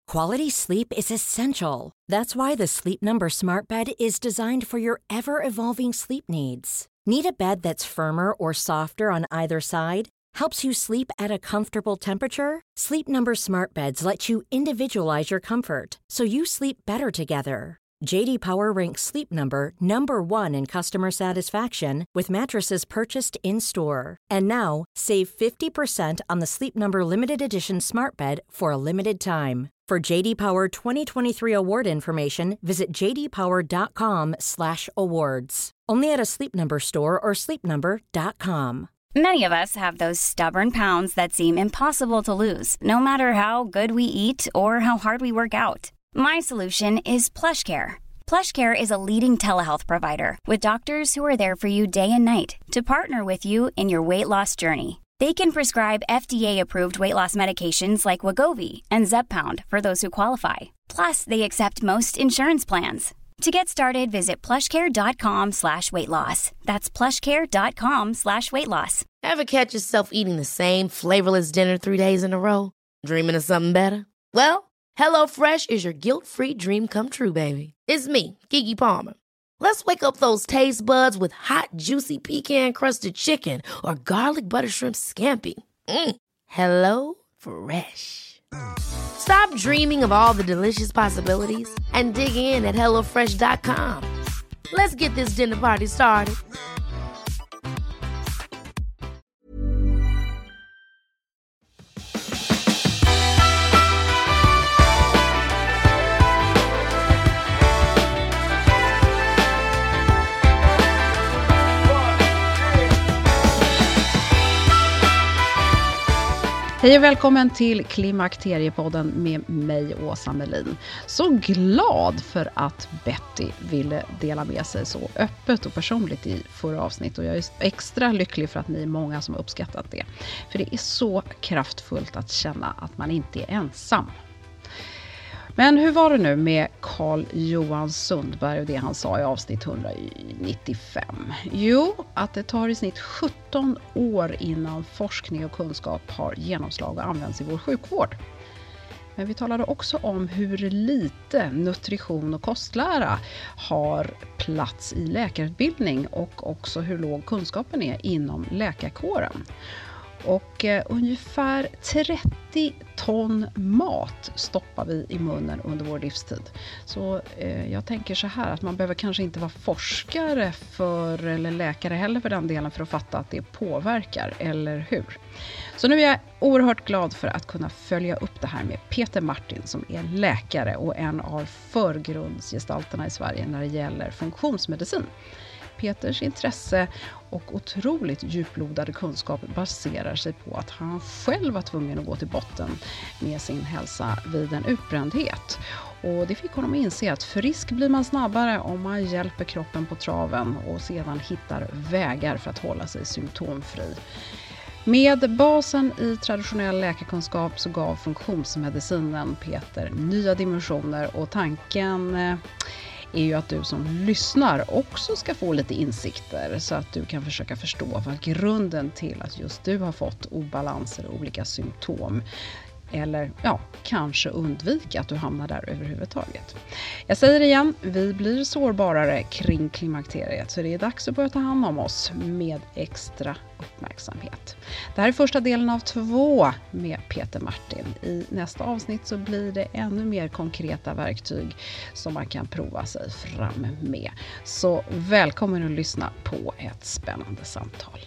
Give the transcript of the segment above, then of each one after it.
Quality sleep is essential. That's why the Sleep Number Smart Bed is designed for your ever-evolving sleep needs. Need a bed that's firmer or softer on either side? Helps you sleep at a comfortable temperature? Sleep Number Smart Beds let you individualize your comfort, so you sleep better together. JD Power ranks Sleep Number #1 in customer satisfaction with mattresses purchased in-store. And now, save 50% on the Sleep Number Limited Edition Smart Bed for a limited time. For JD Power 2023 award information, visit jdpower.com/awards. Only at a Sleep Number store or sleepnumber.com. Many of us have those stubborn pounds that seem impossible to lose, no matter how good we eat or how hard we work out. My solution is PlushCare. PlushCare is a leading telehealth provider with doctors who are there for you day and night to partner with you in your weight loss journey. They can prescribe FDA-approved weight loss medications like Wegovy and Zepbound for those who qualify. Plus, they accept most insurance plans. To get started, visit plushcare.com/weightloss. That's plushcare.com/weightloss. Ever catch yourself eating the same flavorless dinner 3 days in a row? Dreaming of something better? Well, HelloFresh is your guilt-free dream come true, baby. It's me, Keke Palmer. Let's wake up those taste buds with hot, juicy pecan-crusted chicken or garlic butter shrimp scampi. Hello Fresh. Stop dreaming of all the delicious possibilities and dig in at HelloFresh.com. Let's get this dinner party started. Hej och välkommen till Klimakteriepodden med mig, Åsa Melin. Så glad för att Betty ville dela med sig så öppet och personligt i förra avsnitt. Och jag är extra lycklig för att ni är många som har uppskattat det. För det är så kraftfullt att känna att man inte är ensam. Men hur var det nu med Carl Johan Sundberg och det han sa i avsnitt 195? Jo, att det tar i snitt 17 år innan forskning och kunskap har genomslag och används i vår sjukvård. Men vi talade också om hur lite nutrition och kostlära har plats i läkarutbildning och också hur låg kunskapen är inom läkarkåren. Och ungefär 30 ton mat stoppar vi i munnen under vår livstid. Så jag tänker så här att man behöver kanske inte vara forskare eller läkare heller för den delen för att fatta att det påverkar, eller hur? Så nu är jag oerhört glad för att kunna följa upp det här med Peter Martin som är läkare och en av förgrundsgestalterna i Sverige när det gäller funktionsmedicin. Peters intresse och otroligt djuplodade kunskap baserar sig på att han själv var tvungen att gå till botten med sin hälsa vid en utbrändhet. Och det fick honom att inse att frisk blir man snabbare om man hjälper kroppen på traven och sedan hittar vägar för att hålla sig symptomfri. Med basen i traditionell läkarkunskap så gav funktionsmedicinen Peter nya dimensioner och tanken är ju att du som lyssnar också ska få lite insikter så att du kan försöka förstå vad grunden till att just du har fått obalanser och olika symptom. Eller kanske undvika att du hamnar där överhuvudtaget. Jag säger igen, vi blir sårbarare kring klimakteriet så det är dags att börja ta hand om oss med extra uppmärksamhet. Det här är första delen av 2 med Peter Martin. I nästa avsnitt så blir det ännu mer konkreta verktyg som man kan prova sig fram med. Så välkommen att lyssna på ett spännande samtal.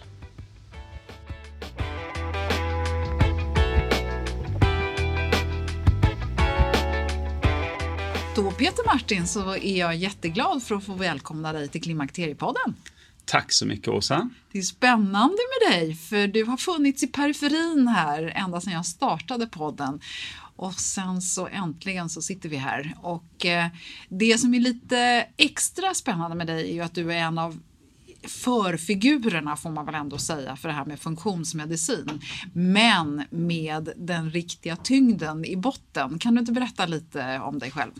Då Peter Martin så är jag jätteglad för att få välkomna dig till Klimakteriepodden. Tack så mycket, Åsa. Det är spännande med dig för du har funnits i periferin här ända sedan jag startade podden. Och sen så äntligen så sitter vi här. Och det som är lite extra spännande med dig är ju att du är en av förfigurerna får man väl ändå säga för det här med funktionsmedicin. Men med den riktiga tyngden i botten. Kan du inte berätta lite om dig själv?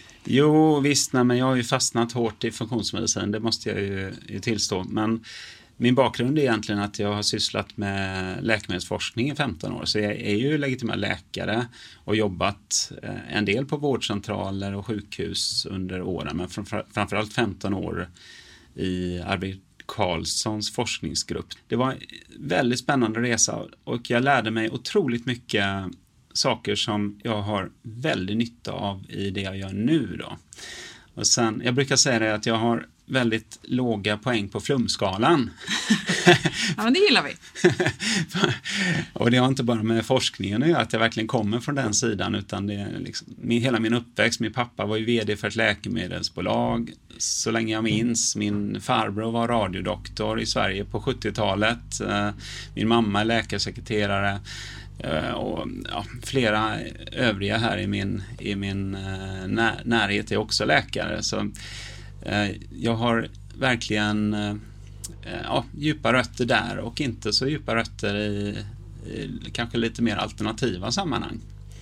Jo visst, men jag har ju fastnat hårt i funktionsmedicin, det måste jag ju tillstå. Men Min bakgrund är egentligen att jag har sysslat med läkemedelsforskning i 15 år. Så jag är ju legitimerad läkare och jobbat en del på vårdcentraler och sjukhus under åren. Men framförallt 15 år i Arvid Carlssons forskningsgrupp. Det var en väldigt spännande resa och jag lärde mig otroligt mycket saker som jag har väldigt nytta av i det jag gör nu då. Och sen, jag brukar säga det att jag har väldigt låga poäng på flumskalan. Ja, men det gillar vi. Och det har inte bara med forskningen att göra, att jag verkligen kommer från den sidan, utan det är liksom, hela min uppväxt. Min pappa var ju vd för ett läkemedelsbolag så länge jag minns. Min farbror var radiodoktor i Sverige på 70-talet. Min mamma är läkarsekreterare. Och ja, flera övriga här i min närhet är också läkare. Så jag har verkligen djupa rötter där och inte så djupa rötter i kanske lite mer alternativa sammanhang.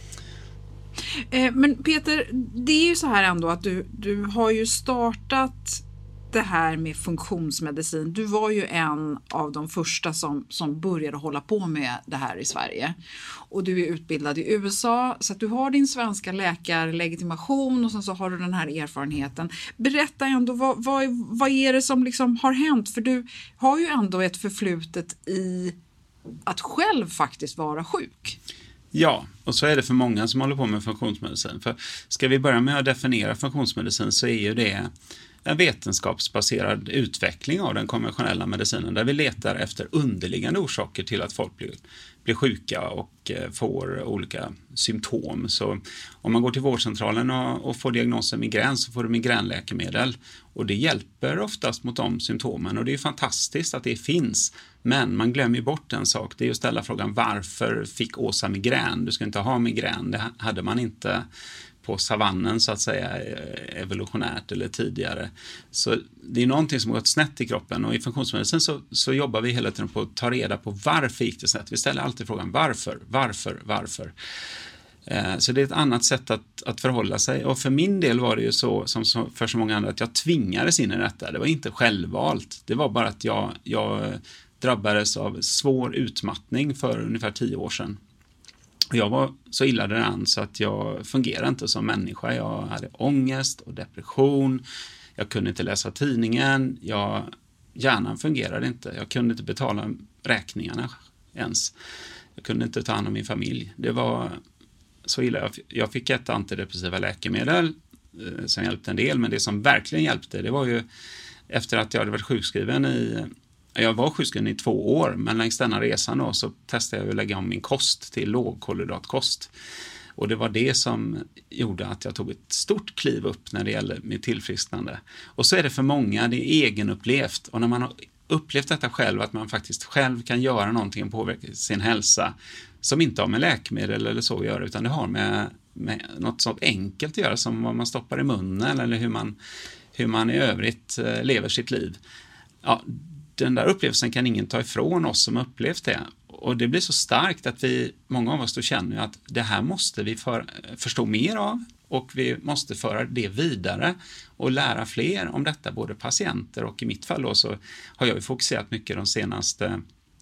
Men Peter, det är ju så här ändå att du har ju startat det här med funktionsmedicin. Du var ju en av de första som började hålla på med det här i Sverige. Och du är utbildad i USA, så att du har din svenska läkarlegitimation och sen så har du den här erfarenheten. Berätta ändå, vad är det som liksom har hänt? För du har ju ändå ett förflutet i att själv faktiskt vara sjuk. Ja, och så är det för många som håller på med funktionsmedicin. För ska vi börja med att definiera funktionsmedicin så är ju det en vetenskapsbaserad utveckling av den konventionella medicinen där vi letar efter underliggande orsaker till att folk blir sjuka och får olika symptom. Så om man går till vårdcentralen och får diagnosen migrän så får du migränläkemedel och det hjälper oftast mot de symptomen och det är fantastiskt att det finns. Men man glömmer bort en sak, det är att ställa frågan varför fick Åsa migrän? Du ska inte ha migrän, det hade man inte på savannen så att säga evolutionärt eller tidigare. Så det är någonting som har gått snett i kroppen och i funktionsmedicin så jobbar vi hela tiden på att ta reda på varför gick det snett. Vi ställer alltid frågan varför. Så det är ett annat sätt att förhålla sig och för min del var det ju så som för så många andra att jag tvingades in i detta. Det var inte självvalt. Det var bara att jag drabbades av svår utmattning för ungefär 10 år sedan. Jag var så illa däran så att jag fungerade inte som människa. Jag hade ångest och depression. Jag kunde inte läsa tidningen. Hjärnan fungerade inte. Jag kunde inte betala räkningarna ens. Jag kunde inte ta hand om min familj. Det var så illa. Jag fick ett antidepressiva läkemedel som hjälpte en del. Men det som verkligen hjälpte det var ju efter att jag hade varit sjukskriven jag var sjukskriven i 2 år, men längs denna resan då, så testade jag att lägga om min kost till lågkolhydratkost. Och det var det som gjorde att jag tog ett stort kliv upp när det gäller mitt tillfrisknande. Och så är det för många, det är egenupplevt. Och när man har upplevt detta själv, att man faktiskt själv kan göra någonting och påverka sin hälsa som inte har med läkemedel eller så att göra, utan det har med något så enkelt att göra som vad man stoppar i munnen eller hur man i övrigt lever sitt liv. Ja, den där upplevelsen kan ingen ta ifrån oss som upplevt det. Och det blir så starkt att många av oss då känner att det här måste vi förstå mer av och vi måste föra det vidare och lära fler om detta, både patienter och i mitt fall då så har jag fokuserat mycket de senaste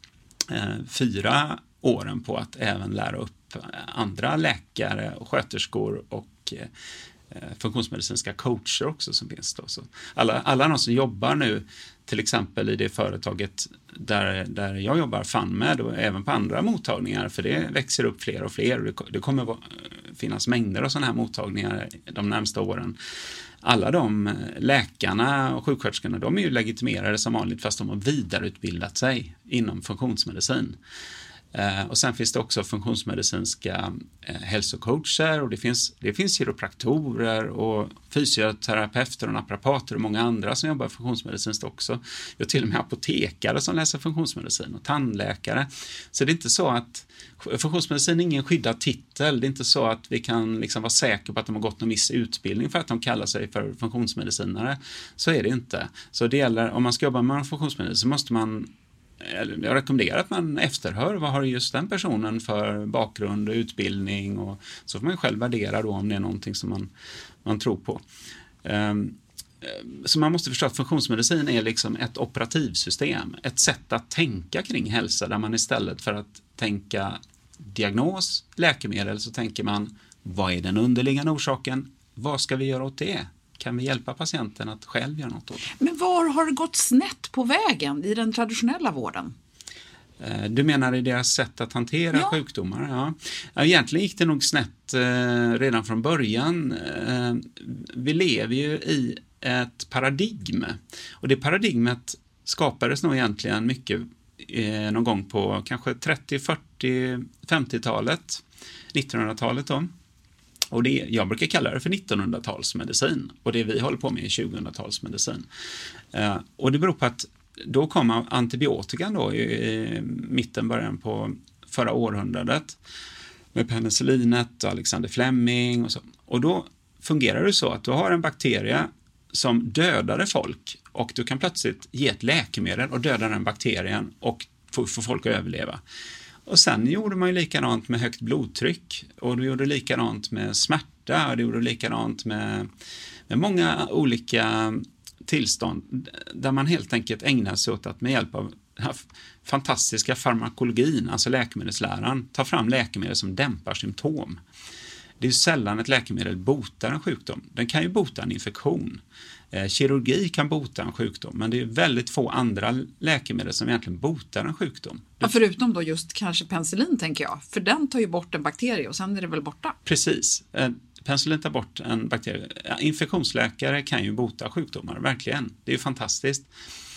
4 åren på att även lära upp andra läkare och sköterskor och funktionsmedicinska coacher också som finns då. Så alla de som jobbar nu till exempel i det företaget där jag jobbar FunMed och även på andra mottagningar, för det växer upp fler och fler och det kommer finnas mängder av sådana här mottagningar de närmsta åren. Alla de läkarna och sjuksköterskorna, de är ju legitimerade som vanligt fast de har vidareutbildat sig inom funktionsmedicin. Och sen finns det också funktionsmedicinska hälsocoacher och det finns kiropraktorer och fysioterapeuter och naprapater och många andra som jobbar funktionsmedicinskt också. Vi har till och med apotekare som läser funktionsmedicin och tandläkare. Så det är inte så att funktionsmedicin är ingen skyddad titel. Det är inte så att vi kan liksom vara säkra på att de har gått någon viss utbildning för att de kallar sig för funktionsmedicinare. Så är det inte. Så det gäller, om man ska jobba med funktionsmedicin så måste man jag rekommenderar att man efterhör vad har just den personen för bakgrund och utbildning och så får man själv värdera då om det är någonting som man tror på. Så man måste förstå att funktionsmedicin är liksom ett operativsystem, ett sätt att tänka kring hälsa, där man istället för att tänka diagnos, läkemedel, så tänker man, vad är den underliggande orsaken? Vad ska vi göra åt det? Kan vi hjälpa patienten att själv göra något åt det? Men var har det gått snett på vägen i den traditionella vården? Du menar i deras sätt att hantera sjukdomar? Ja. Egentligen gick det nog snett redan från början. Vi lever ju i ett paradigm. Och det paradigmet skapades nog egentligen mycket någon gång på kanske 30, 40, 50-talet, 1900-talet då. Och det, jag brukar kalla det för 1900-talsmedicin. Och det vi håller på med är 2000-talsmedicin. Och det beror på att då kom antibiotikan då i mitten, början på förra århundradet med penicillinet och Alexander Fleming och så. Och då fungerar det så att du har en bakterie som dödade folk och du kan plötsligt ge ett läkemedel och döda den bakterien och få folk att överleva. Och sen gjorde man ju likadant med högt blodtryck och du gjorde likadant med smärta och du gjorde likadant med många olika tillstånd där man helt enkelt ägnar sig åt att med hjälp av den här fantastiska farmakologin, alltså läkemedelsläran, ta fram läkemedel som dämpar symptom. Det är ju sällan ett läkemedel botar en sjukdom. Den kan ju bota en infektion. Kirurgi kan bota en sjukdom, men det är väldigt få andra läkemedel som egentligen botar en sjukdom. Ja, förutom då just kanske penicillin, tänker jag. För den tar ju bort en bakterie och sen är det väl borta. Precis. Penicillin tar bort en bakterie. Infektionsläkare kan ju bota sjukdomar, verkligen. Det är ju fantastiskt.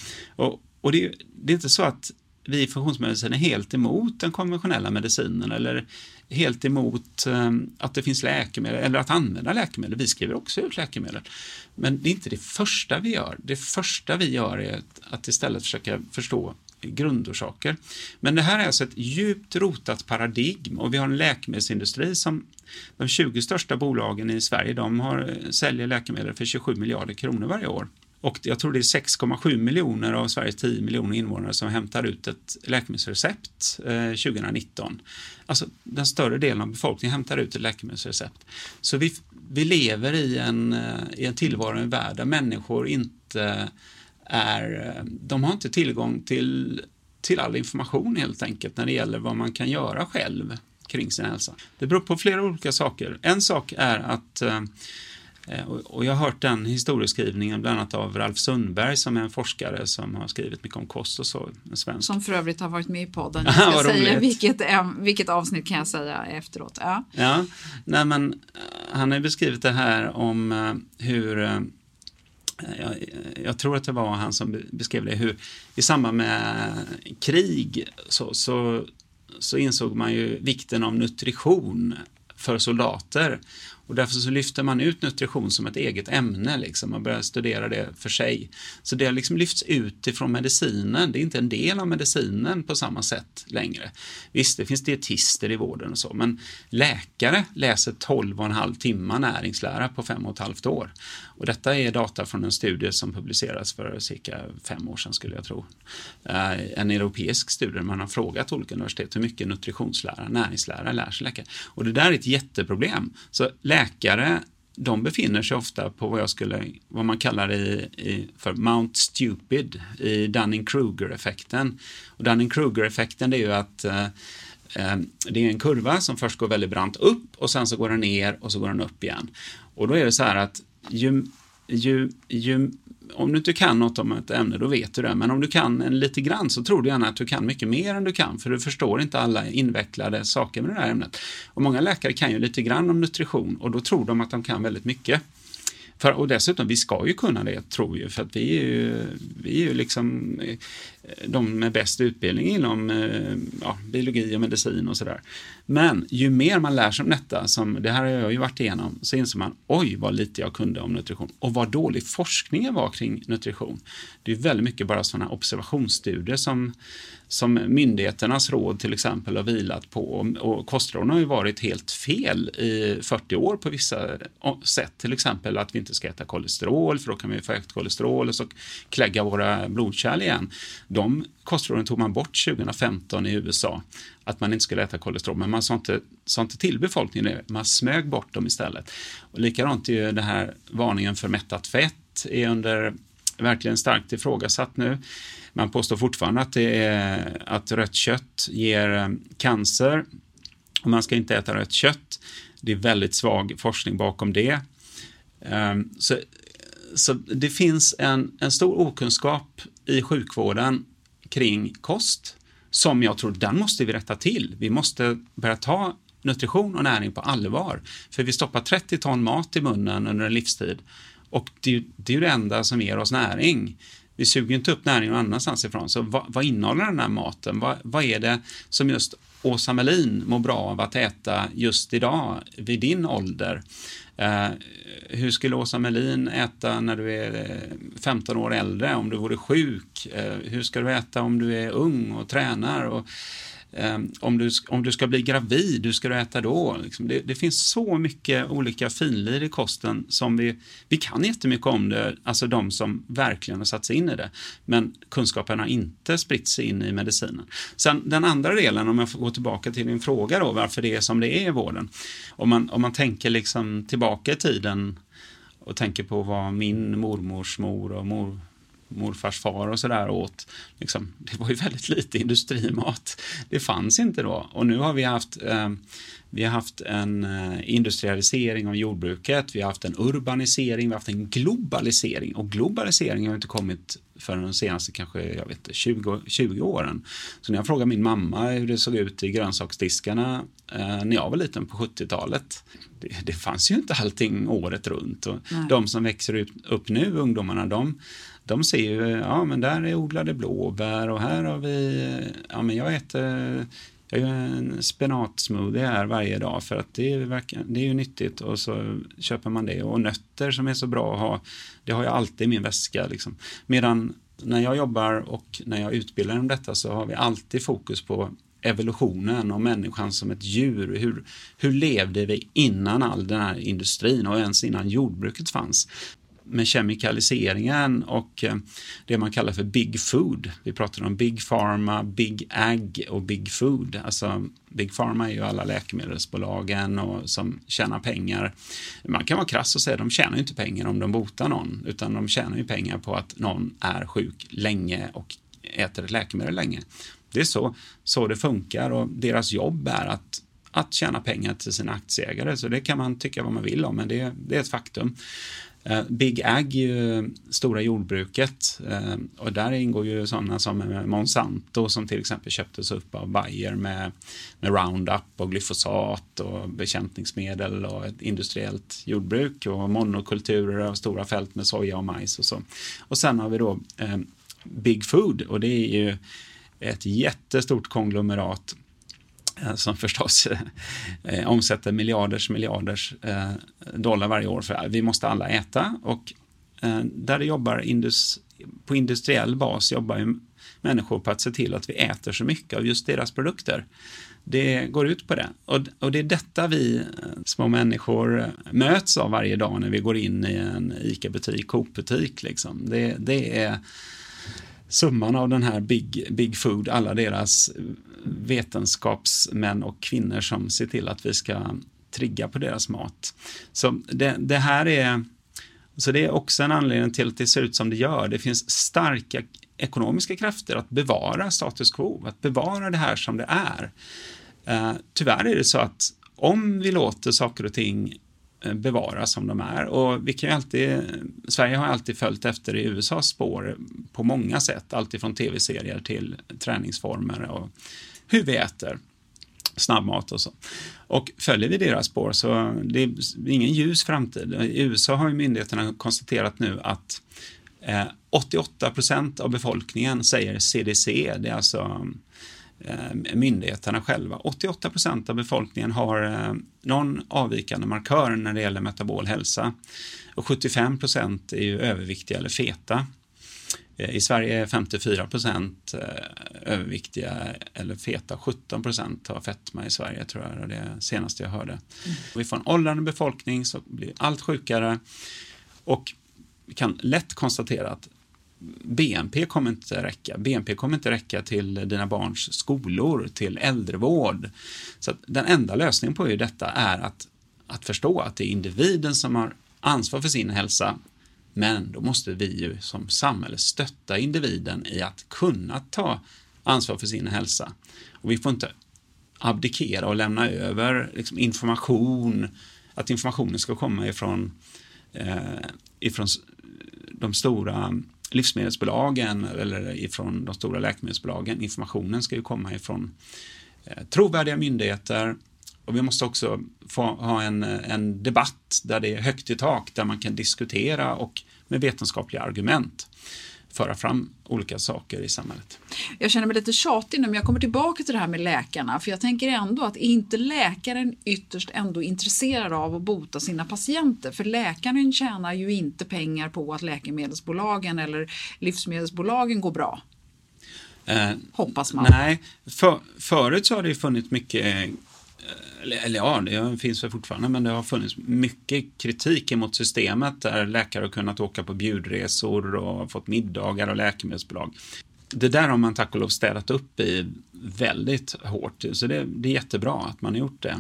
Och det är inte så att vi i funktionsmedicin är helt emot den konventionella medicinen eller helt emot att det finns läkemedel eller att använda läkemedel. Vi skriver också ut läkemedel. Men det är inte det första vi gör. Det första vi gör är att istället försöka förstå grundorsaker. Men det här är alltså ett djupt rotat paradigm och vi har en läkemedelsindustri som de 20 största bolagen i Sverige, de säljer läkemedel för 27 miljarder kronor varje år. Och jag tror det är 6,7 miljoner av Sveriges 10 miljoner invånare som hämtar ut ett läkemedelsrecept 2019. Alltså den större delen av befolkningen hämtar ut ett läkemedelsrecept. Så vi lever i en tillvaro, en värld där människor inte de har inte tillgång till all information helt enkelt när det gäller vad man kan göra själv kring sin hälsa. Det beror på flera olika saker. En sak är att och jag har hört den historieskrivningen bland annat av Ralf Sundberg som är en forskare som har skrivit mycket om kost och så. En svensk. Som för övrigt har varit med i podden. Jag ska säga vilket avsnitt kan jag säga efteråt. Ja, nej men han har beskrivit det här om hur jag tror att det var han som beskrev det, hur i samband med krig så insåg man ju vikten av nutrition för soldater. Och därför så lyfter man ut nutrition som ett eget ämne. Liksom. Man börjar studera det för sig. Så det har liksom lyfts ut ifrån medicinen. Det är inte en del av medicinen på samma sätt längre. Visst, det finns dietister i vården och så. Men läkare läser 12,5 timmar näringslära på 5,5 år. Och detta är data från en studie som publicerades för cirka 5 år sedan skulle jag tro. En europeisk studie. Man har frågat olika universitet hur mycket nutritionslära, näringslära lär sig läkare. Och det där är ett jätteproblem. Så läkare, de befinner sig ofta på vad man kallar för Mount Stupid i Dunning-Kruger-effekten. Och Dunning-Kruger-effekten är ju att det är en kurva som först går väldigt brant upp och sen så går den ner och så går den upp igen. Och då är det så här att om du inte kan något om ett ämne, då vet du det. Men om du kan lite grann så tror du gärna att du kan mycket mer än du kan. För du förstår inte alla invecklade saker med det här ämnet. Och många läkare kan ju lite grann om nutrition och då tror de att de kan väldigt mycket. Och dessutom, vi ska ju kunna det, tror jag. För att vi är ju liksom de med bäst utbildning inom biologi och medicin och sådär. Men ju mer man lär sig om detta, som det här har jag ju varit igenom, så inser man, oj vad lite jag kunde om nutrition. Och vad dålig forskningen var kring nutrition. Det är väldigt mycket bara sådana observationsstudier som myndigheternas råd till exempel har vilat på. Och kostråden har ju varit helt fel i 40 år på vissa sätt. Till exempel att vi inte ska äta kolesterol, för då kan vi få högt kolesterol och så klägga våra blodkärl igen. De kostråden tog man bort 2015 i USA. Att man inte skulle äta kolesterol, men man sa inte till befolkningen det. Man smög bort dem istället. Och likadant är ju det här varningen för mättat fett kött är under verkligen starkt ifrågasatt nu. Man påstår fortfarande att rött kött ger cancer och man ska inte äta rött kött. Det är väldigt svag forskning bakom det. Så det finns en stor okunskap i sjukvården kring kost som jag tror den måste vi rätta till. Vi måste börja ta nutrition och näring på allvar. För vi stoppar 30 ton mat i munnen under en livstid. Och det är ju det enda som ger oss näring. Vi suger inte upp näring någon annanstans ifrån. Så vad innehåller den här maten? Vad är det som just Åsa Melin mår bra av att äta just idag vid din ålder? Hur skulle Åsa Melin äta när du är 15 år äldre om du vore sjuk? Hur ska du äta om du är ung och tränar? Och om du ska bli gravid, hur ska du äta då? Liksom det finns så mycket olika finlir i kosten som vi kan jättemycket om det, alltså de som verkligen har satt sig in i det. Men kunskapen har inte spritt sig in i medicinen. Sen den andra delen, om jag får gå tillbaka till din fråga då, varför det är som det är i vården. Om man tänker liksom tillbaka i tiden och tänker på vad min mormors mor och morfars far och sådär åt. Liksom, det var ju väldigt lite industrimat. Det fanns inte då. Och nu har vi haft en industrialisering av jordbruket. Vi har haft en urbanisering. Vi har haft en globalisering. Och globalisering har inte kommit för de senaste kanske 20 åren. Så när jag frågar min mamma hur det såg ut i grönsaksdiskarna när jag var liten på 70-talet. Det fanns ju inte allting året runt. Och de som växer upp nu, ungdomarna, de ser ju, ja men där är odlade blåbär och här har vi, ja men jag gör en spenatsmoothie här varje dag för att det är ju nyttigt och så köper man det. Och nötter som är så bra att ha, det har jag alltid i min väska liksom. Medan när jag jobbar och när jag utbildar om detta så har vi alltid fokus på evolutionen och människan som ett djur. Hur levde vi innan all den här industrin och ens innan jordbruket fanns? Med kemikaliseringen och det man kallar för big food. Vi pratar om big pharma, big ag och big food. Alltså big pharma är ju alla läkemedelsbolagen och som tjänar pengar. Man kan vara krass och säga att de tjänar inte pengar om de botar någon, utan de tjänar ju pengar på att någon är sjuk länge och äter ett läkemedel länge. Det är så det funkar och deras jobb är att tjäna pengar till sina aktieägare. Så det kan man tycka vad man vill om, men det är ett faktum. Big Ag är ju stora jordbruket och där ingår ju sådana som Monsanto som till exempel köptes upp av Bayer med Roundup och glyfosat och bekämpningsmedel och ett industriellt jordbruk och monokulturer och stora fält med soja och majs och så. Och sen har vi då Big Food och det är ju ett jättestort konglomerat som förstås omsätter miljarders dollar varje år för vi måste alla äta och där det jobbar på industriell bas jobbar ju människor på att se till att vi äter så mycket av just deras produkter. Det går ut på det och det är detta vi små människor möts av varje dag när vi går in i en ICA-butik, Coop-butik liksom. Det är summan av den här big food, alla deras vetenskapsmän och kvinnor som ser till att vi ska trigga på deras mat. Så det här är så det är också en anledning till att det ser ut som det gör. Det finns starka ekonomiska krafter att bevara status quo, att bevara det här som det är. Tyvärr är det så att om vi låter saker och ting bevara som de är och vi kan ju alltid, Sverige har alltid följt efter i USAs spår på många sätt, alltid från tv-serier till träningsformer och hur vi äter snabbmat och så. Och följer vi deras spår så det är ingen ljus framtid. I USA har ju myndigheterna konstaterat nu att 88% av befolkningen säger CDC, det är alltså myndigheterna själva. 88% av befolkningen har någon avvikande markör när det gäller metabol hälsa och 75% är ju överviktiga eller feta. I Sverige är 54% överviktiga eller feta, 17% har fetma i Sverige tror jag, det senaste jag hörde. Vi får en åldrande befolkning så blir allt sjukare och vi kan lätt konstatera att BNP kommer inte räcka. BNP kommer inte räcka till dina barns skolor, till äldrevård. Så att den enda lösningen på detta är att förstå att det är individen som har ansvar för sin hälsa Men då måste vi ju som samhälle stötta individen i att kunna ta ansvar för sin hälsa. Och vi får inte abdikera och lämna över liksom information, att informationen ska komma ifrån de stora livsmedelsbolagen eller ifrån de stora läkemedelsbolagen. Informationen ska ju komma ifrån trovärdiga myndigheter, och vi måste också få ha en debatt där det är högt i tak, där man kan diskutera och med vetenskapliga argument föra fram olika saker i samhället. Jag känner mig lite tjatig nu, men jag kommer tillbaka till det här med läkarna. För jag tänker ändå att inte läkaren ytterst ändå intresserad av att bota sina patienter. För läkaren tjänar ju inte pengar på att läkemedelsbolagen eller livsmedelsbolagen går bra. Hoppas man. Nej, förut så har det ju funnits mycket, eller ja, det finns väl fortfarande, men det har funnits mycket kritik emot systemet där läkare har kunnat åka på bjudresor och fått middagar och läkemedelsbolag. Det där har man tack och lov städat upp i väldigt hårt, så det är jättebra att man har gjort det.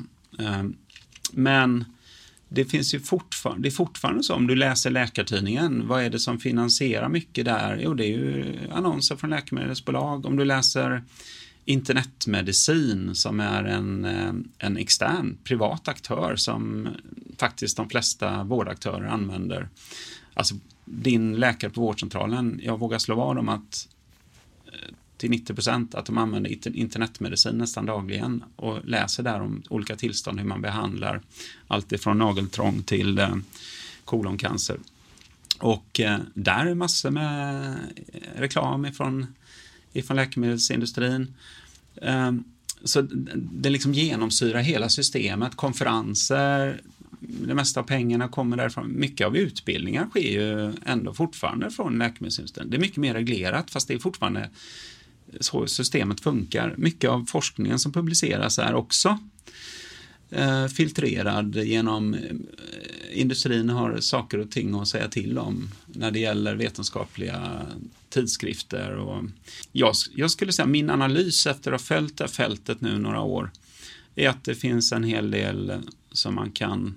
Men det finns ju fortfarande så, om du läser Läkartidningen, vad är det som finansierar mycket där? Jo, det är ju annonser från läkemedelsbolag. Om du läser internetmedicin, som är en extern privat aktör som faktiskt de flesta vårdaktörer använder. Alltså din läkare på vårdcentralen, jag vågar slå vad om att till 90% att de använder internetmedicin nästan dagligen och läser där om olika tillstånd, hur man behandlar allt ifrån nageltrång till koloncancer. Och där är massor med reklam ifrån läkemedelsindustrin. Så det liksom genomsyrar hela systemet, konferenser, det mesta av pengarna kommer därifrån. Mycket av utbildningar sker ju ändå fortfarande från läkemedelsindustrin. Det är mycket mer reglerat, fast det är fortfarande så systemet funkar. Mycket av forskningen som publiceras är också filtrerad genom industrin, har saker och ting att säga till om när det gäller vetenskapliga tidskrifter. Och jag skulle säga min analys efter att ha följt det fältet nu några år är att det finns en hel del som man kan,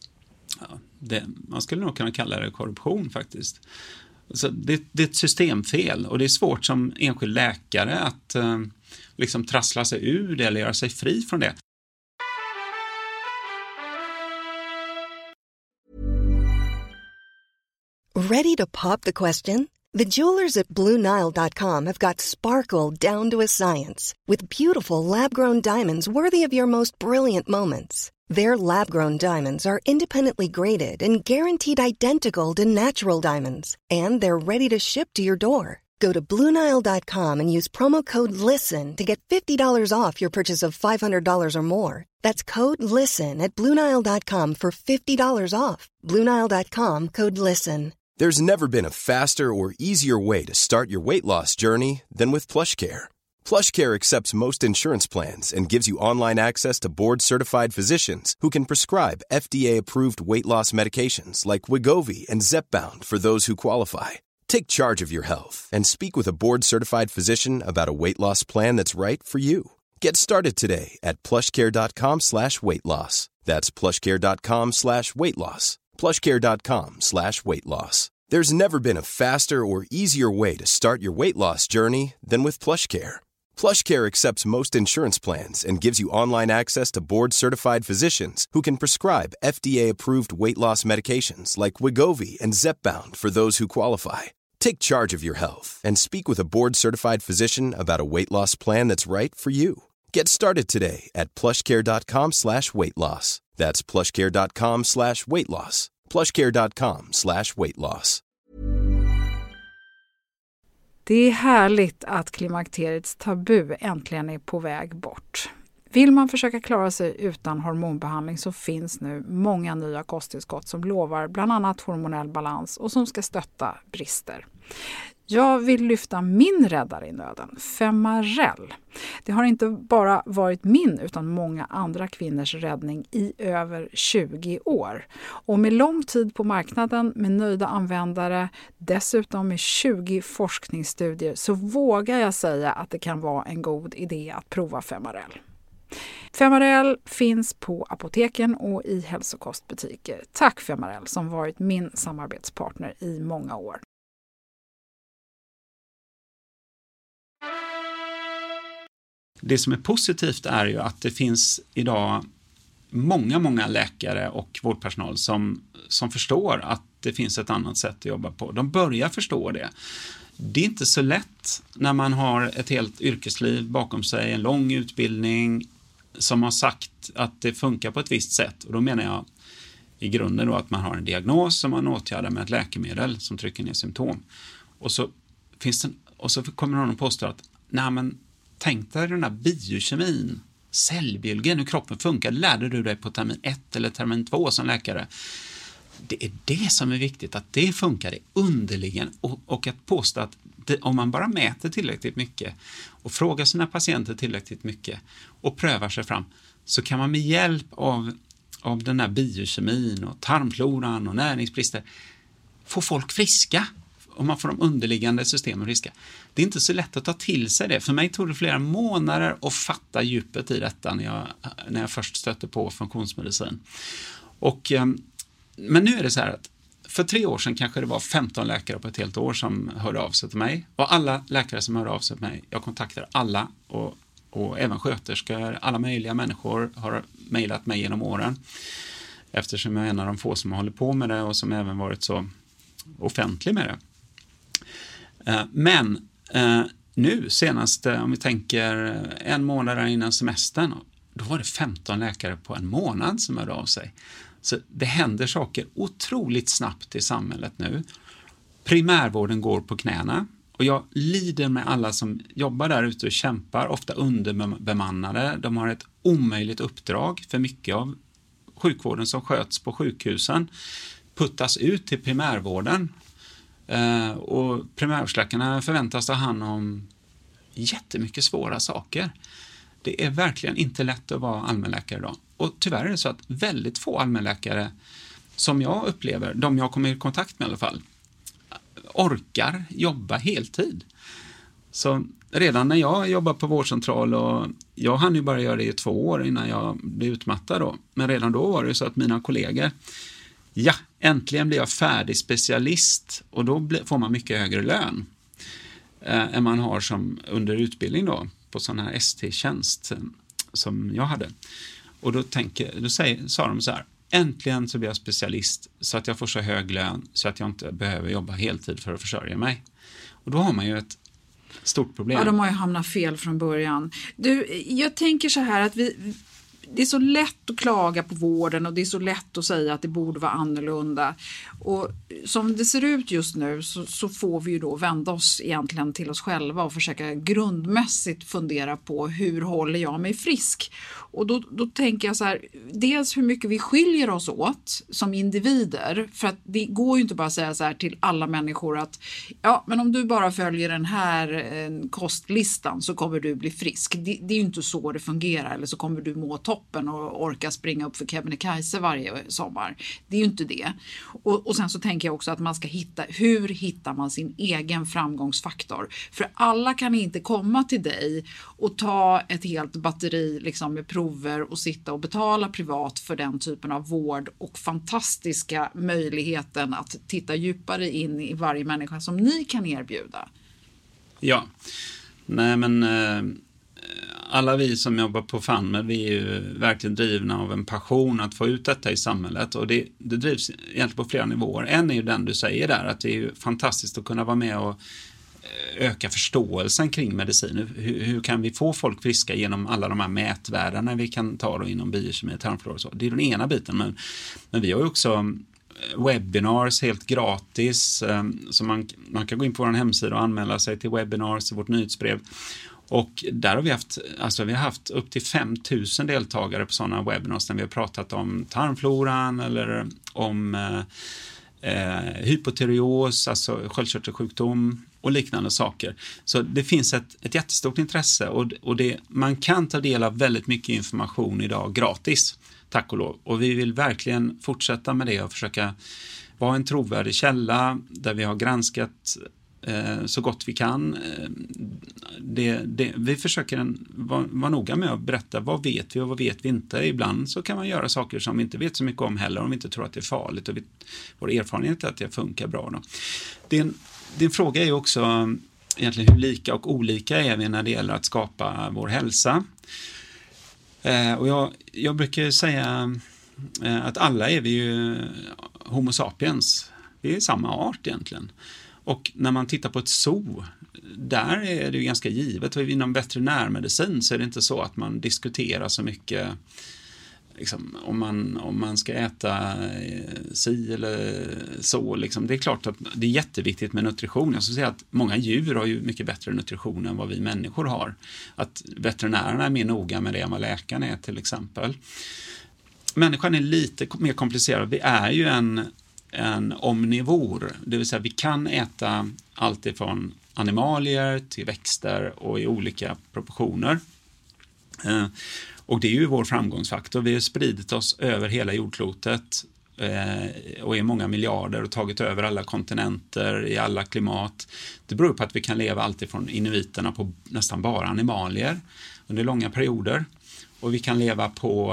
man skulle nog kunna kalla det korruption faktiskt. Så det är ett systemfel, och det är svårt som enskild läkare att liksom trassla sig ur det eller göra sig fri från det. Ready to pop the question? The jewelers at BlueNile.com have got sparkle down to a science with beautiful lab-grown diamonds worthy of your most brilliant moments. Their lab-grown diamonds are independently graded and guaranteed identical to natural diamonds, and they're ready to ship to your door. Go to BlueNile.com and use promo code LISTEN to get $50 off your purchase of $500 or more. That's code LISTEN at BlueNile.com for $50 off. BlueNile.com, code LISTEN. There's never been a faster or easier way to start your weight loss journey than with PlushCare. PlushCare accepts most insurance plans and gives you online access to board-certified physicians who can prescribe FDA-approved weight loss medications like Wegovy and Zepbound for those who qualify. Take charge of your health and speak with a board-certified physician about a weight loss plan that's right for you. Get started today at plushcare.com/weightloss. That's plushcare.com/weightloss. plushcare.com/weightloss. There's never been a faster or easier way to start your weight loss journey than with PlushCare. PlushCare accepts most insurance plans and gives you online access to board-certified physicians who can prescribe FDA-approved weight loss medications like Wegovy and Zepbound for those who qualify. Take charge of your health and speak with a board-certified physician about a weight loss plan that's right for you. Get started today at plushcare.com/weightloss. That's plushcare.com/weightloss. plushcare.com/weightloss. Det är härligt att klimakteriets tabu äntligen är på väg bort. Vill man försöka klara sig utan hormonbehandling så finns nu många nya kosttillskott som lovar bland annat hormonell balans och som ska stötta brister. Jag vill lyfta min räddare i nöden, Femarel. Det har inte bara varit min utan många andra kvinnors räddning i över 20 år. Och med lång tid på marknaden, med nöjda användare, dessutom med 20 forskningsstudier, så vågar jag säga att det kan vara en god idé att prova Femarel. Femarel finns på apoteken och i hälsokostbutiker. Tack Femarel som varit min samarbetspartner i många år. Det som är positivt är ju att det finns idag många läkare och vårdpersonal som förstår att det finns ett annat sätt att jobba på. De börjar förstå det. Det är inte så lätt när man har ett helt yrkesliv bakom sig, en lång utbildning som har sagt att det funkar på ett visst sätt. Och då menar jag i grunden då att man har en diagnos som man åtgärdar med ett läkemedel som trycker ner symptom. Och så kommer någon att påstå att nej men tänk dig den här biokemin, cellbiologin, hur kroppen funkar, lärde du dig på termin 1 eller termin 2 som läkare. Det är det som är viktigt, att det funkar underligen och att påstå att om man bara mäter tillräckligt mycket och frågar sina patienter tillräckligt mycket och prövar sig fram så kan man med hjälp av den här biokemin och tarmfloran och näringsbrister få folk friska. Om man får de underliggande systemen friska. Det är inte så lätt att ta till sig det. För mig tog det flera månader att fatta djupet i detta när jag först stötte på funktionsmedicin. Men nu är det så här att för 3 år sedan kanske det var 15 läkare på ett helt år som hörde av sig till mig. Och alla läkare som hörde av sig till mig, jag kontaktar alla och även sköterskor, alla möjliga människor har mejlat mig genom åren. Eftersom jag är en av de få som har hållit på med det och som även varit så offentlig med det. Men nu senast, om vi tänker en månad innan semestern, då var det 15 läkare på en månad som hörde av sig. Så det händer saker otroligt snabbt i samhället nu. Primärvården går på knäna och jag lider med alla som jobbar där ute och kämpar, ofta underbemannade. De har ett omöjligt uppdrag för mycket av sjukvården som sköts på sjukhusen puttas ut till primärvården. Och primärvårdsläkarna förväntas ta hand om jättemycket svåra saker. Det är verkligen inte lätt att vara allmänläkare idag. Och tyvärr är det så att väldigt få allmänläkare som jag upplever, de jag kommer i kontakt med i alla fall, orkar jobba heltid. Så redan när jag jobbar på vårdcentral, och jag hann ju bara göra det i 2 år innan jag blev utmattad då. Men redan då var det så att mina kollegor, ja, äntligen blir jag färdig specialist och då får man mycket högre lön än man har som under utbildning då på sån här ST-tjänst som jag hade. Och då sa de så här: äntligen så blir jag specialist så att jag får så hög lön så att jag inte behöver jobba heltid för att försörja mig. Och då har man ju ett stort problem. Ja, de har ju hamnat fel från början. Du, jag tänker så här att det är så lätt att klaga på vården och det är så lätt att säga att det borde vara annorlunda. Och som det ser ut just nu så får vi ju då vända oss egentligen till oss själva och försöka grundmässigt fundera på hur håller jag mig frisk. Och då tänker jag så här, dels hur mycket vi skiljer oss åt som individer. För att det går ju inte bara att säga så här till alla människor att ja, men om du bara följer den här kostlistan så kommer du bli frisk. Det är ju inte så det fungerar, eller så kommer du må toppen och orka springa upp för Kebnekaise varje sommar. Det är ju inte det. Och sen så tänker jag också att man ska hur hittar man sin egen framgångsfaktor? För alla kan inte komma till dig och ta ett helt batteri liksom med prover och sitta och betala privat för den typen av vård och fantastiska möjligheten att titta djupare in i varje människa som ni kan erbjuda. Ja, nej men alla vi som jobbar på FunMed, vi är ju verkligen drivna av en passion att få ut detta i samhället, och det drivs egentligen på flera nivåer. En är ju den du säger där, att det är ju fantastiskt att kunna vara med och öka förståelsen kring medicin. Hur kan vi få folk friska genom alla de här mätvärdena vi kan ta då inom biokemi, tarmflora och så. Det är den ena biten, men vi har ju också webinars helt gratis, så man kan gå in på vår hemsida och anmäla sig till webinars i vårt nyhetsbrev. Och där har vi har haft upp till 5000 deltagare på sådana webinars när vi har pratat om tarmfloran eller om hypotyreos, alltså sköldkörtelsjukdom och liknande saker. Så det finns ett jättestort intresse, och man kan ta del av väldigt mycket information idag gratis, tack och lov. Och vi vill verkligen fortsätta med det och försöka vara en trovärdig källa där vi har granskat så gott vi kan. Vi försöker vara noga med att berätta vad vet vi och vad vet vi inte. Ibland så kan man göra saker som vi inte vet så mycket om heller, om vi inte tror att det är farligt, och vår erfarenhet är att det funkar bra då. Din fråga är ju också egentligen hur lika och olika är vi när det gäller att skapa vår hälsa. Och jag brukar säga att alla är vi ju Homo sapiens. Vi är samma art egentligen. Och när man tittar på ett zoo, där är det ju ganska givet. Och inom veterinärmedicin så är det inte så att man diskuterar så mycket liksom, om man ska äta si eller så. Liksom. Det är klart att det är jätteviktigt med nutrition. Jag skulle säga att många djur har ju mycket bättre nutrition än vad vi människor har. Att veterinärerna är mer noga med det än vad läkaren är till exempel. Människan är lite mer komplicerad. Vi är ju en omnivor, det vill säga vi kan äta allt ifrån animalier till växter och i olika proportioner. Och det är ju vår framgångsfaktor. Vi har spridit oss över hela jordklotet och är många miljarder och tagit över alla kontinenter i alla klimat. Det beror på att vi kan leva allt ifrån inuiterna på nästan bara animalier under långa perioder. Och vi kan leva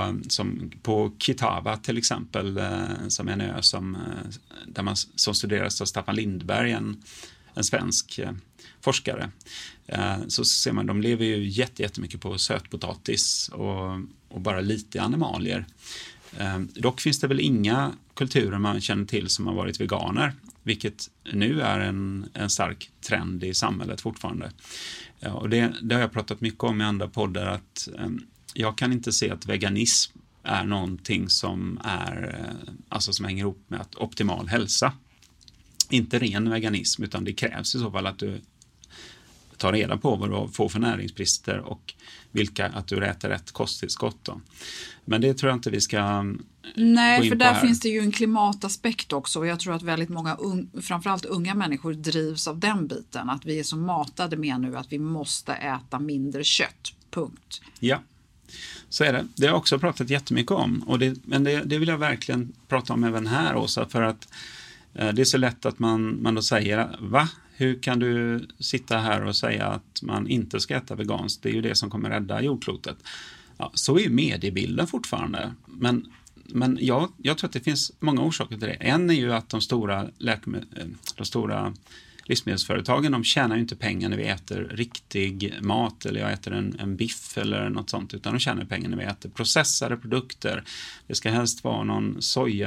på Kitava till exempel, som är en ö som studeras av Staffan Lindberg, en svensk forskare. Så ser man, de lever ju jättemycket på sötpotatis och bara lite animalier. Dock finns det väl inga kulturer man känner till som har varit veganer, vilket nu är en stark trend i samhället fortfarande. Och det har jag pratat mycket om i andra poddar, att jag kan inte se att veganism är någonting som som hänger ihop med att optimal hälsa. Inte ren veganism, utan det krävs i så fall att du tar reda på vad du får för näringsbrister och att du äter rätt kosttillskott då. Men det tror jag inte vi ska gå in för på där här. finns det ju en klimataspekt också, och jag tror att väldigt många framförallt unga människor drivs av den biten, att vi är så matade med nu att vi måste äta mindre kött, punkt. Ja. Så är det. Det har jag också pratat jättemycket om. Men det vill jag verkligen prata om även här, Åsa, för att det är så lätt att man då säger, va? Hur kan du sitta här och säga att man inte ska äta veganskt? Det är ju det som kommer rädda jordklotet. Ja, så är ju mediebilden fortfarande. Men jag tror att det finns många orsaker till det. En är ju att de stora livsmedelsföretagen, de tjänar ju inte pengar när vi äter riktig mat, eller jag äter en biff eller något sånt, utan de tjänar pengar när vi äter processade produkter. Det ska helst vara någon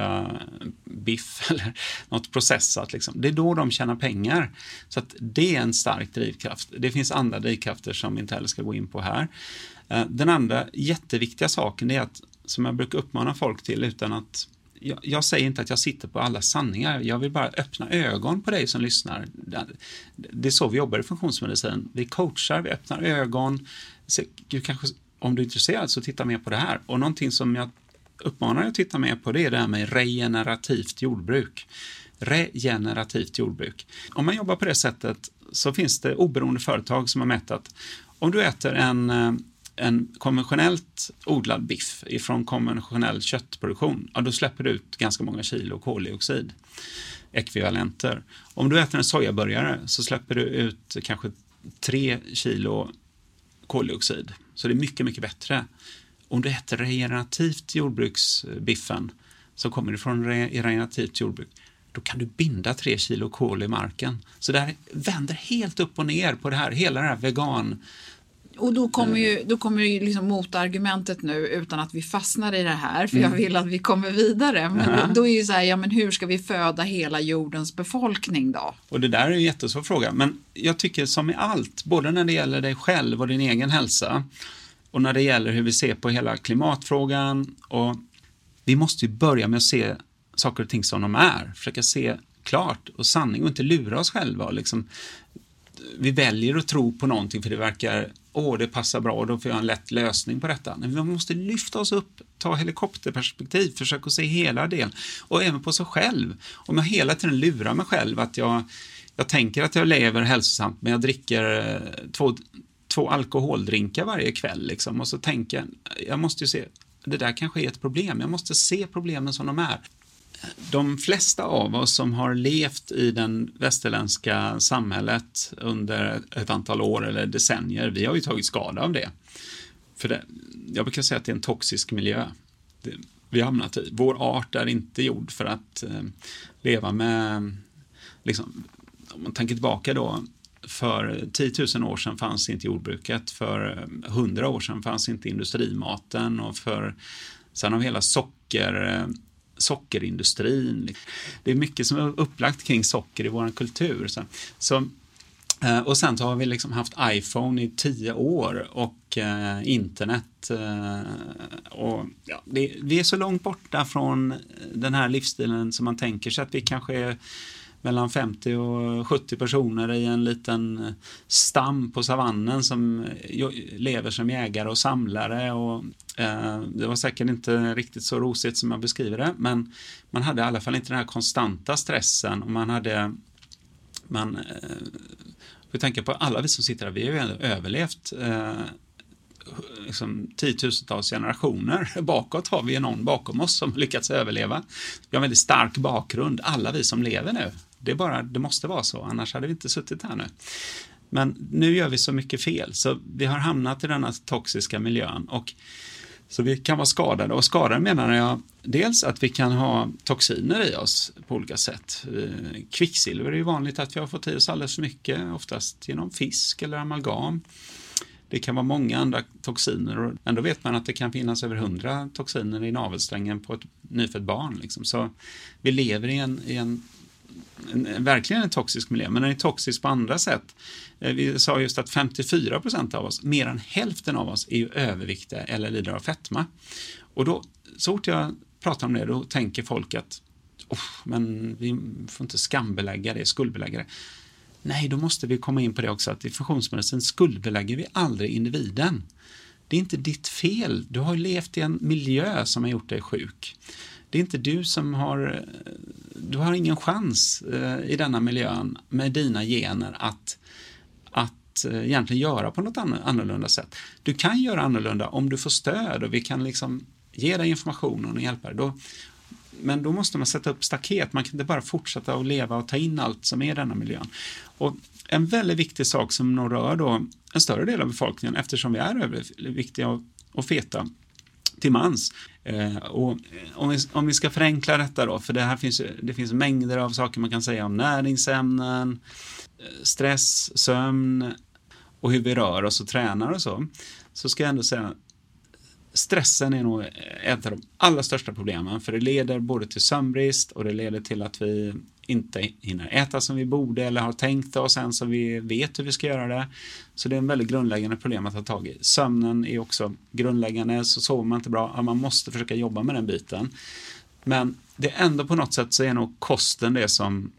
sojabiff eller något processat. Liksom. Det är då de tjänar pengar. Så att det är en stark drivkraft. Det finns andra drivkrafter som vi inte heller ska gå in på här. Den andra jätteviktiga saken är att, som jag brukar uppmana folk till, utan att jag säger inte att jag sitter på alla sanningar. Jag vill bara öppna ögon på dig som lyssnar. Det är så vi jobbar i funktionsmedicin. Vi coachar, vi öppnar ögon. Om du är intresserad så titta mer på det här. Och någonting som jag uppmanar dig att titta mer på, det är det här med regenerativt jordbruk. Regenerativt jordbruk. Om man jobbar på det sättet så finns det oberoende företag som har mätt att om du äter en konventionellt odlad biff ifrån konventionell köttproduktion, ja, då släpper du ut ganska många kilo koldioxid, ekvivalenter. Om du äter en sojaburgare så släpper du ut kanske 3 kilo koldioxid. Så det är mycket, mycket bättre. Om du äter regenerativt jordbruksbiffen som kommer ifrån regenerativt jordbruk, då kan du binda 3 kilo kol i marken. Så det här vänder helt upp och ner på det här, hela det här vegan. Och då kommer ju liksom motargumentet nu, utan att vi fastnar i det här, för jag vill att vi kommer vidare. Men då är ju så här, men hur ska vi föda hela jordens befolkning då? Och det där är en jättesvår fråga, men jag tycker som i allt, både när det gäller dig själv och din egen hälsa, och när det gäller hur vi ser på hela klimatfrågan, och vi måste ju börja med att se saker och ting som de är, försöka se klart och sanning och inte lura oss själva. Liksom, vi väljer att tro på någonting för det verkar, det passar bra och då får jag en lätt lösning på detta. Men vi måste lyfta oss upp, ta helikopterperspektiv, försöka se hela delen och även på sig själv. Om jag hela tiden lurar mig själv att jag tänker att jag lever hälsosamt, men jag dricker 2 alkoholdrinkar varje kväll liksom, och så tänker jag måste ju se, det där kanske är ett problem. Jag måste se problemen som de är. de flesta av oss som har levt i den västerländska samhället under ett antal år eller decennier, vi har ju tagit skada av det. För det, jag brukar säga att det är en toxisk miljö vi har hamnat i. Vår art är inte gjord för att leva med, liksom, om man tänker tillbaka då, för 10 000 år sedan fanns inte jordbruket, för 100 år sedan fanns inte industrimaten, och sen har vi hela sockerindustrin. Det är mycket som är upplagt kring socker i vår kultur. Och sen så har vi liksom haft iPhone i 10 år och internet. Och ja, vi är så långt borta från den här livsstilen som man tänker sig att vi kanske är mellan 50 och 70 personer i en liten stam på savannen som lever som jägare och samlare. Och det var säkert inte riktigt så rosigt som man beskriver det, men man hade i alla fall inte den här konstanta stressen, och vi tänker på alla vi som sitter här, vi har ju överlevt liksom 10-tusentals generationer. Bakåt har vi någon bakom oss som lyckats överleva. Vi har en väldigt stark bakgrund, alla vi som lever nu. Det måste vara så, annars hade vi inte suttit här nu. Men nu gör vi så mycket fel, så vi har hamnat i denna toxiska miljön, och så vi kan vara skadade. Och skadade menar jag dels att vi kan ha toxiner i oss på olika sätt. Kvicksilver är ju vanligt att vi har fått i oss alldeles för mycket, oftast genom fisk eller amalgam. Det kan vara många andra toxiner, och ändå vet man att det kan finnas över 100 toxiner i navelsträngen på ett nyfött barn. Liksom. Så vi lever i en verkligen en toxisk miljö, men den är toxisk på andra sätt. Vi sa just att 54% av oss, mer än hälften av oss, är ju överviktiga eller lider av fetma. Och då, så fort jag pratar om det, då tänker folk att men vi får inte skambelägga det, skuldbelägga det. Nej, då måste vi komma in på det också, att i funktionsmedicin skuldbelägger vi aldrig individen. Det är inte ditt fel. Du har levt i en miljö som har gjort dig sjuk. Det är inte du du har ingen chans i denna miljön med dina gener att egentligen göra på något annorlunda sätt. Du kan göra annorlunda om du får stöd, och vi kan liksom ge dig informationen och hjälpa dig. Men då måste man sätta upp staket. Man kan inte bara fortsätta att leva och ta in allt som är i denna miljön. Och en väldigt viktig sak som nog rör då en större del av befolkningen, eftersom vi är överviktiga och feta till mans. Och om vi ska förenkla detta då, för det finns mängder av saker man kan säga om näringsämnen, stress, sömn och hur vi rör oss och tränar och så ska jag ändå säga stressen är nog ett av de allra största problemen, för det leder både till sömnbrist och det leder till att vi inte hinner äta som vi borde eller har tänkt oss än så vi vet hur vi ska göra det. Så det är en väldigt grundläggande problem att ta tag i. Sömnen är också grundläggande, så sover man inte bra, ja, man måste försöka jobba med den biten. Men det är ändå på något sätt så är nog kosten det som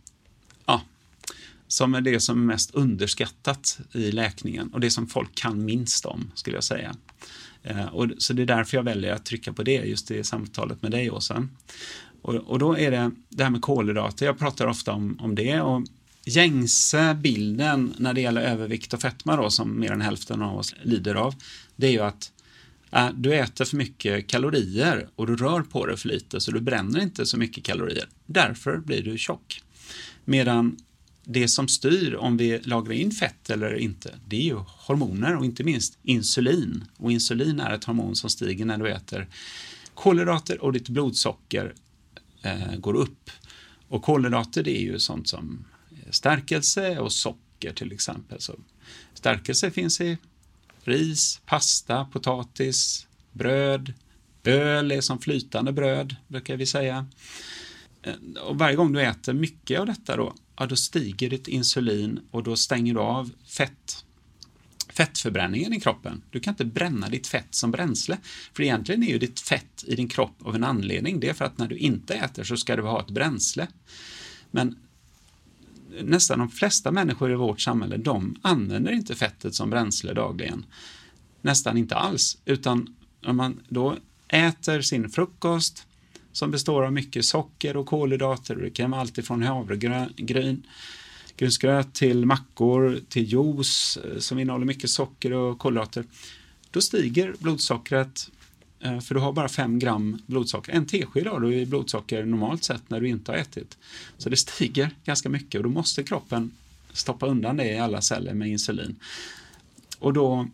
är det som är mest underskattat i läkningen och det som folk kan minst om, skulle jag säga. Så det är därför jag väljer att trycka på det just i samtalet med dig, Åsa. Och då är det här med kolhydrater, jag pratar ofta om det, och gängse bilden när det gäller övervikt och fetma då, som mer än hälften av oss lider av, det är ju att du äter för mycket kalorier och du rör på dig för lite, så du bränner inte så mycket kalorier. Därför blir du tjock. Medan det som styr om vi lagrar in fett eller inte, det är ju hormoner och inte minst insulin. Och insulin är ett hormon som stiger när du äter kolhydrater och ditt blodsocker går upp. Och kolhydrater, det är ju sånt som stärkelse och socker till exempel. Så stärkelse finns i ris, pasta, potatis, bröd, öl är som flytande bröd brukar vi säga. Och varje gång du äter mycket av detta då stiger ditt insulin och då stänger du av fettförbränningen i kroppen. Du kan inte bränna ditt fett som bränsle. För egentligen är ju ditt fett i din kropp av en anledning. Det är för att när du inte äter så ska du ha ett bränsle. Men nästan de flesta människor i vårt samhälle, de använder inte fettet som bränsle dagligen. Nästan inte alls. Utan om man då äter sin frukost som består av mycket socker och kolhydrater, det kan vara allt ifrån havregrynsgröt till mackor till juice som innehåller mycket socker och kolhydrater, då stiger blodsockret För du har bara 5 gram blodsocker. En tesked har du i blodsocker normalt sett när du inte har ätit. Så det stiger ganska mycket och då måste kroppen stoppa undan det i alla celler med insulin. Och då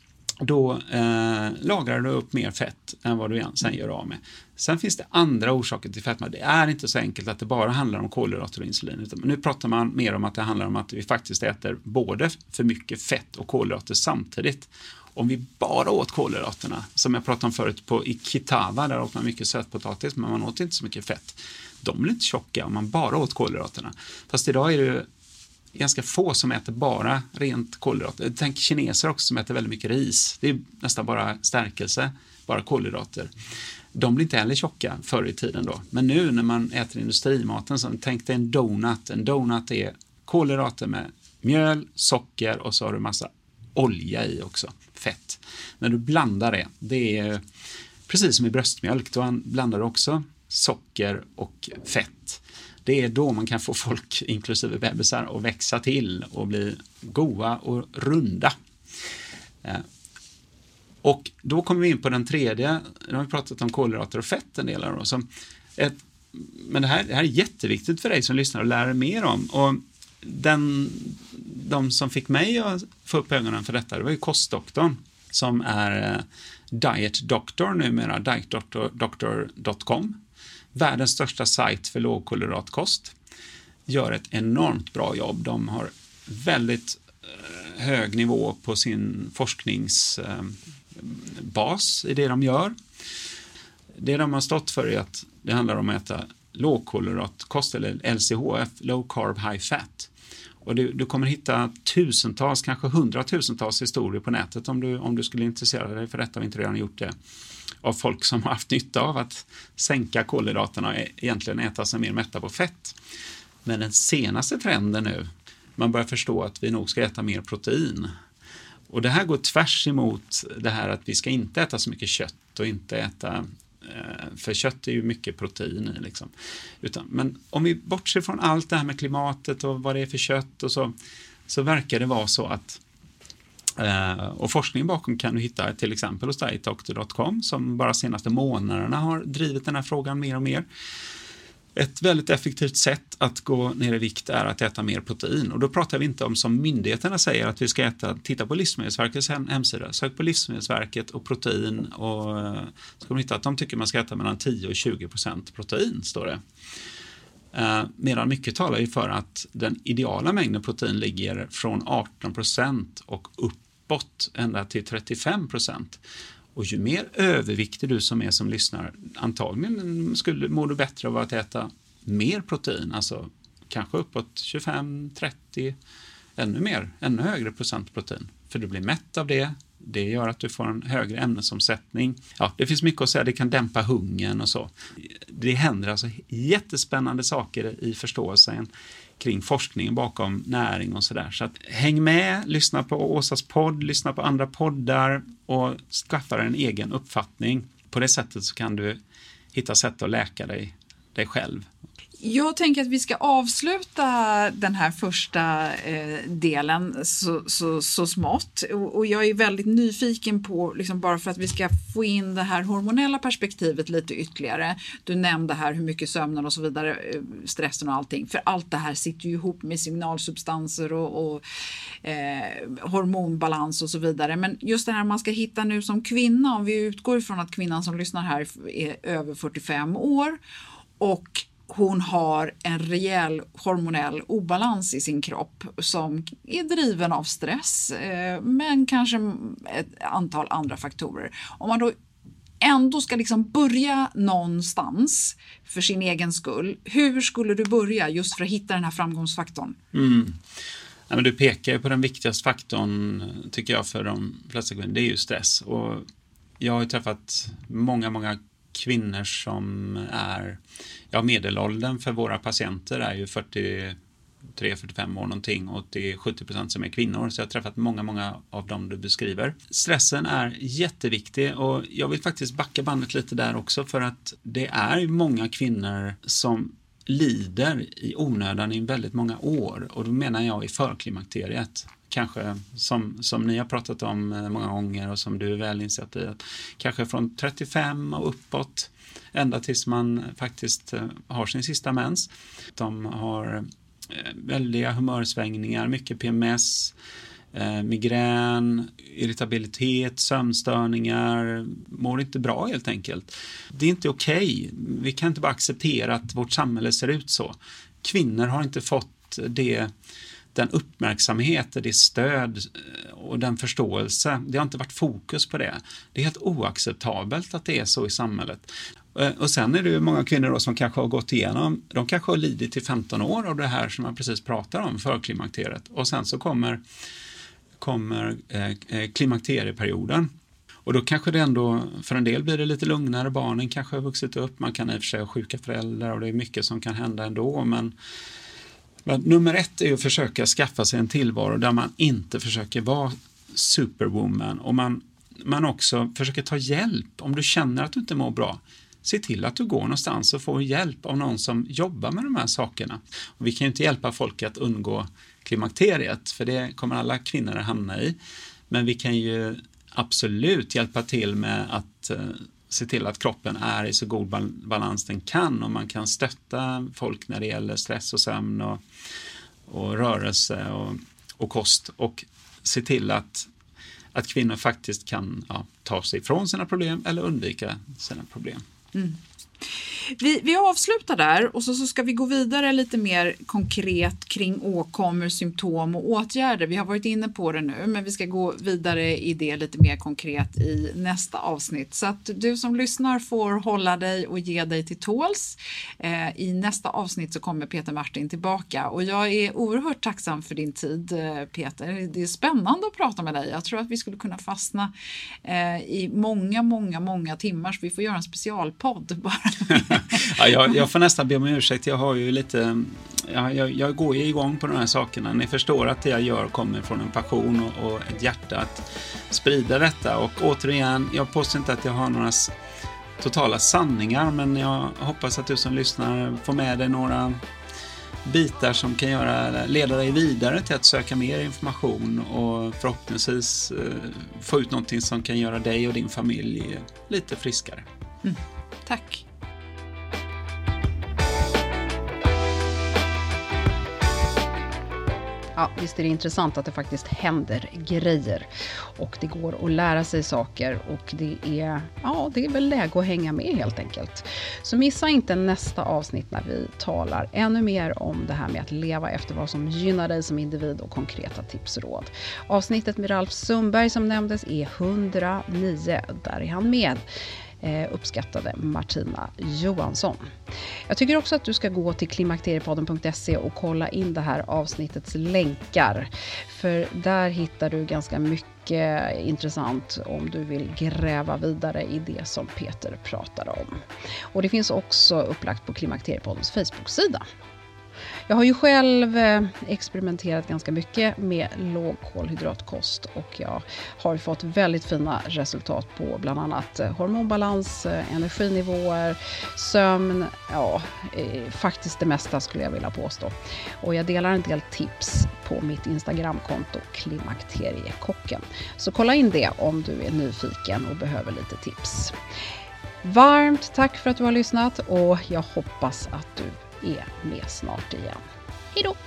lagrar du upp mer fett än vad du sen gör av med. Sen finns det andra orsaker till fetma. Det är inte så enkelt att det bara handlar om kolhydrater och insulin. Men nu pratar man mer om att det handlar om att vi faktiskt äter både för mycket fett och kolhydrater samtidigt. Om vi bara åt kolhydraterna, som jag pratade om förut i Kitava, där åt man mycket sötpotatis, men man åt inte så mycket fett. De blir inte tjocka om man bara åt kolhydraterna. Fast idag är det ganska få som äter bara rent kolhydrater. Tänk kineser också som äter väldigt mycket ris. Det är nästan bara stärkelse, bara kolhydrater. De blir inte heller tjocka förr i tiden då. Men nu när man äter industrimaten, så tänk dig en donut. En donut är kolhydrater med mjöl, socker och så har du massa olja i också, fett. När du blandar det är precis som i bröstmjölk. Då blandar du också socker och fett. Det är då man kan få folk, inklusive bebisar, att växa till och bli goda och runda. Och då kommer vi in på den tredje. Nu har vi pratat om kolhydrater och fett en del av det. Men det här är jätteviktigt för dig som lyssnar att lära dig mer om. Och de som fick mig att få upp ögonen för detta, det var ju kostdoktorn som är Diet Doctor numera, dietdoctor.com. Världens största sajt för lågkolhydratkost. Gör ett enormt bra jobb. De har väldigt hög nivå på sin forskningsbas i det de gör. Det de har stått för är att det handlar om att äta lågkolhydratkost eller LCHF, Low Carb High Fat. Och du kommer hitta tusentals, kanske 100,000-tals historier på nätet om du skulle intressera dig för detta och inte redan gjort det. Av folk som har haft nytta av att sänka kolhydraterna och egentligen äta sig mer mätta på fett. Men den senaste trenden nu, man börjar förstå att vi nog ska äta mer protein. Och det här går tvärs emot det här att vi ska inte äta så mycket kött och inte äta, för kött är ju mycket protein i liksom. Men om vi bortser från allt det här med klimatet och vad det är för kött och så verkar det vara så att och forskningen bakom kan du hitta till exempel hos dietdoctor.com som bara senaste månaderna har drivit den här frågan mer och mer. Ett väldigt effektivt sätt att gå ner i vikt är att äta mer protein. Och då pratar vi inte om som myndigheterna säger att vi ska titta på Livsmedelsverkets hemsida. Sök på Livsmedelsverket och protein och ska man hitta att de tycker man ska äta mellan 10 och 20% protein, står det. Medan mycket talar ju för att den ideala mängden protein ligger från 18% och uppåt ända till 35%. Och ju mer överviktig du som lyssnar, antagligen mår du bättre av att äta mer protein, alltså kanske uppåt 25-30, ännu högre procent protein. För du blir mätt av det. Det gör att du får en högre ämnesomsättning. Ja, det finns mycket att säga. Det kan dämpa hungern och så. Det händer alltså jättespännande saker i förståelsen kring forskningen bakom näring och sådär. Så att häng med, lyssna på Åsas podd, lyssna på andra poddar och skaffa en egen uppfattning. På det sättet så kan du hitta sätt att läka dig själv. Jag tänker att vi ska avsluta den här första delen så smått. Och jag är väldigt nyfiken på, liksom bara för att vi ska få in det här hormonella perspektivet lite ytterligare. Du nämnde här hur mycket sömnen och så vidare, stressen och allting. För allt det här sitter ju ihop med signalsubstanser och hormonbalans och så vidare. Men just det här man ska hitta nu som kvinna, om vi utgår ifrån att kvinnan som lyssnar här är över 45 år och hon har en rejäl hormonell obalans i sin kropp som är driven av stress, men kanske ett antal andra faktorer. Om man då ändå ska liksom börja någonstans för sin egen skull, hur skulle du börja just för att hitta den här framgångsfaktorn? Ja, men du pekar ju på den viktigaste faktorn, tycker jag, för de flesta kvinnor, det är ju stress. Och jag har ju träffat många kvinnor som är, medelåldern för våra patienter är ju 43-45 år någonting och det är 70% som är kvinnor, så jag har träffat många av dem du beskriver. Stressen är jätteviktig och jag vill faktiskt backa bandet lite där också, för att det är många kvinnor som lider i onödan i väldigt många år, och då menar jag i förklimakteriet. Kanske som ni har pratat om många gånger och som du är väl insatt i, att kanske från 35 och uppåt ända tills man faktiskt har sin sista mens. De har väldiga humörsvängningar, mycket PMS, migrän, irritabilitet, sömnstörningar, mår inte bra helt enkelt. Det är inte okej. Vi kan inte bara acceptera att vårt samhälle ser ut så. Kvinnor har inte fått den uppmärksamhet, det stöd och den förståelse. Det har inte varit fokus på det. Det är helt oacceptabelt att det är så i samhället. Och sen är det ju många kvinnor då som kanske har gått igenom, de kanske har lidit i 15 år av det här som man precis pratar om, förklimakteriet. Och sen så kommer klimakterieperioden. Och då kanske det ändå, för en del blir det lite lugnare, barnen kanske har vuxit upp, man kan i och för sig ha sjuka föräldrar och det är mycket som kan hända ändå, men nummer 1 är att försöka skaffa sig en tillvaro där man inte försöker vara superwoman, och man också försöker ta hjälp. Om du känner att du inte mår bra, se till att du går någonstans och får hjälp av någon som jobbar med de här sakerna. Och vi kan ju inte hjälpa folk att undgå klimakteriet, för det kommer alla kvinnor att hamna i. Men vi kan ju absolut hjälpa till med att se till att kroppen är i så god balans den kan, och man kan stötta folk när det gäller stress och sömn och rörelse och kost, och se till att kvinnor faktiskt kan ta sig ifrån sina problem eller undvika sina problem. Mm. Vi avslutar där, och så ska vi gå vidare lite mer konkret kring åkommor, symptom och åtgärder. Vi har varit inne på det nu, men vi ska gå vidare i det lite mer konkret i nästa avsnitt. Så att du som lyssnar får hålla dig och ge dig till tåls. I nästa avsnitt så kommer Peter Martin tillbaka, och jag är oerhört tacksam för din tid, Peter. Det är spännande att prata med dig. Jag tror att vi skulle kunna fastna i många timmar, så vi får göra en specialpodd bara. Ja, jag får nästan be om ursäkt. Jag har ju lite, jag går ju igång på de här sakerna. Ni förstår att det jag gör kommer från en passion och ett hjärta att sprida detta. Och återigen, jag påstår inte att jag har några totala sanningar, men jag hoppas att du som lyssnar får med dig några bitar som kan leda dig vidare till att söka mer information och förhoppningsvis få ut någonting som kan göra dig och din familj lite friskare. Mm. Tack. Ja, visst är det intressant att det faktiskt händer grejer och det går att lära sig saker, och det är väl läge att hänga med helt enkelt. Så missa inte nästa avsnitt när vi talar ännu mer om det här med att leva efter vad som gynnar dig som individ och konkreta tips och råd. Avsnittet med Ralf Sundberg som nämndes är 109, där är han med. Uppskattade Martina Johansson. Jag tycker också att du ska gå till klimakteriepodden.se och kolla in det här avsnittets länkar, för där hittar du ganska mycket intressant om du vill gräva vidare i det som Peter pratade om. Och det finns också upplagt på Klimakteriepoddens Facebook-sida. Jag har ju själv experimenterat ganska mycket med lågkolhydratkost, och jag har fått väldigt fina resultat på bland annat hormonbalans, energinivåer, sömn, faktiskt det mesta skulle jag vilja påstå. Och jag delar en del tips på mitt Instagramkonto Klimakteriekocken. Så kolla in det om du är nyfiken och behöver lite tips. Varmt tack för att du har lyssnat, och jag hoppas att du är med snart igen. Hej då!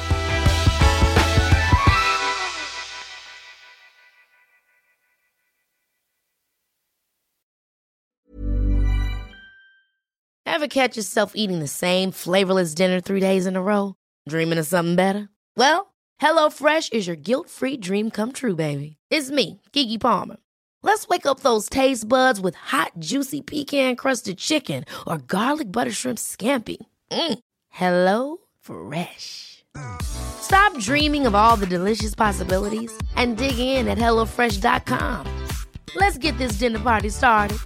Ever catch yourself eating the same flavorless dinner 3 days in a row? Dreaming of something better? Well, HelloFresh is your guilt-free dream come true, baby. It's me, Keke Palmer. Let's wake up those taste buds with hot, juicy pecan-crusted chicken or garlic butter shrimp scampi. Hello Fresh. Stop dreaming of all the delicious possibilities and dig in at HelloFresh.com. Let's get this dinner party started.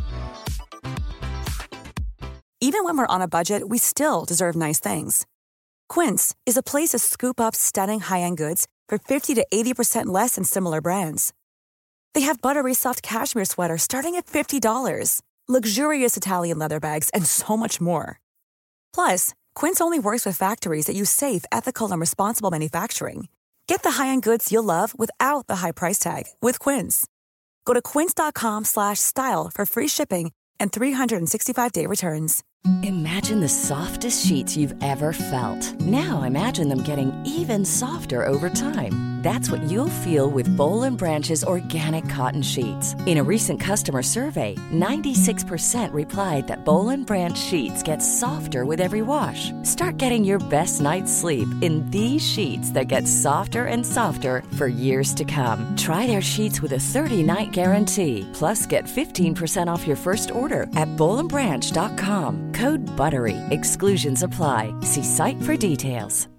Even when we're on a budget, we still deserve nice things. Quince is a place to scoop up stunning high-end goods for 50 to 80% less than similar brands. They have buttery soft cashmere sweaters starting at $50, luxurious Italian leather bags, and so much more. Plus, Quince only works with factories that use safe, ethical, and responsible manufacturing. Get the high-end goods you'll love without the high price tag with Quince. Go to quince.com/style for free shipping and 365-day returns. Imagine the softest sheets you've ever felt. Now imagine them getting even softer over time. That's what you'll feel with Boll & Branch's organic cotton sheets. In a recent customer survey, 96% replied that Boll & Branch sheets get softer with every wash. Start getting your best night's sleep in these sheets that get softer and softer for years to come. Try their sheets with a 30-night guarantee. Plus, get 15% off your first order at bollandbranch.com. Code BUTTERY. Exclusions apply. See site for details.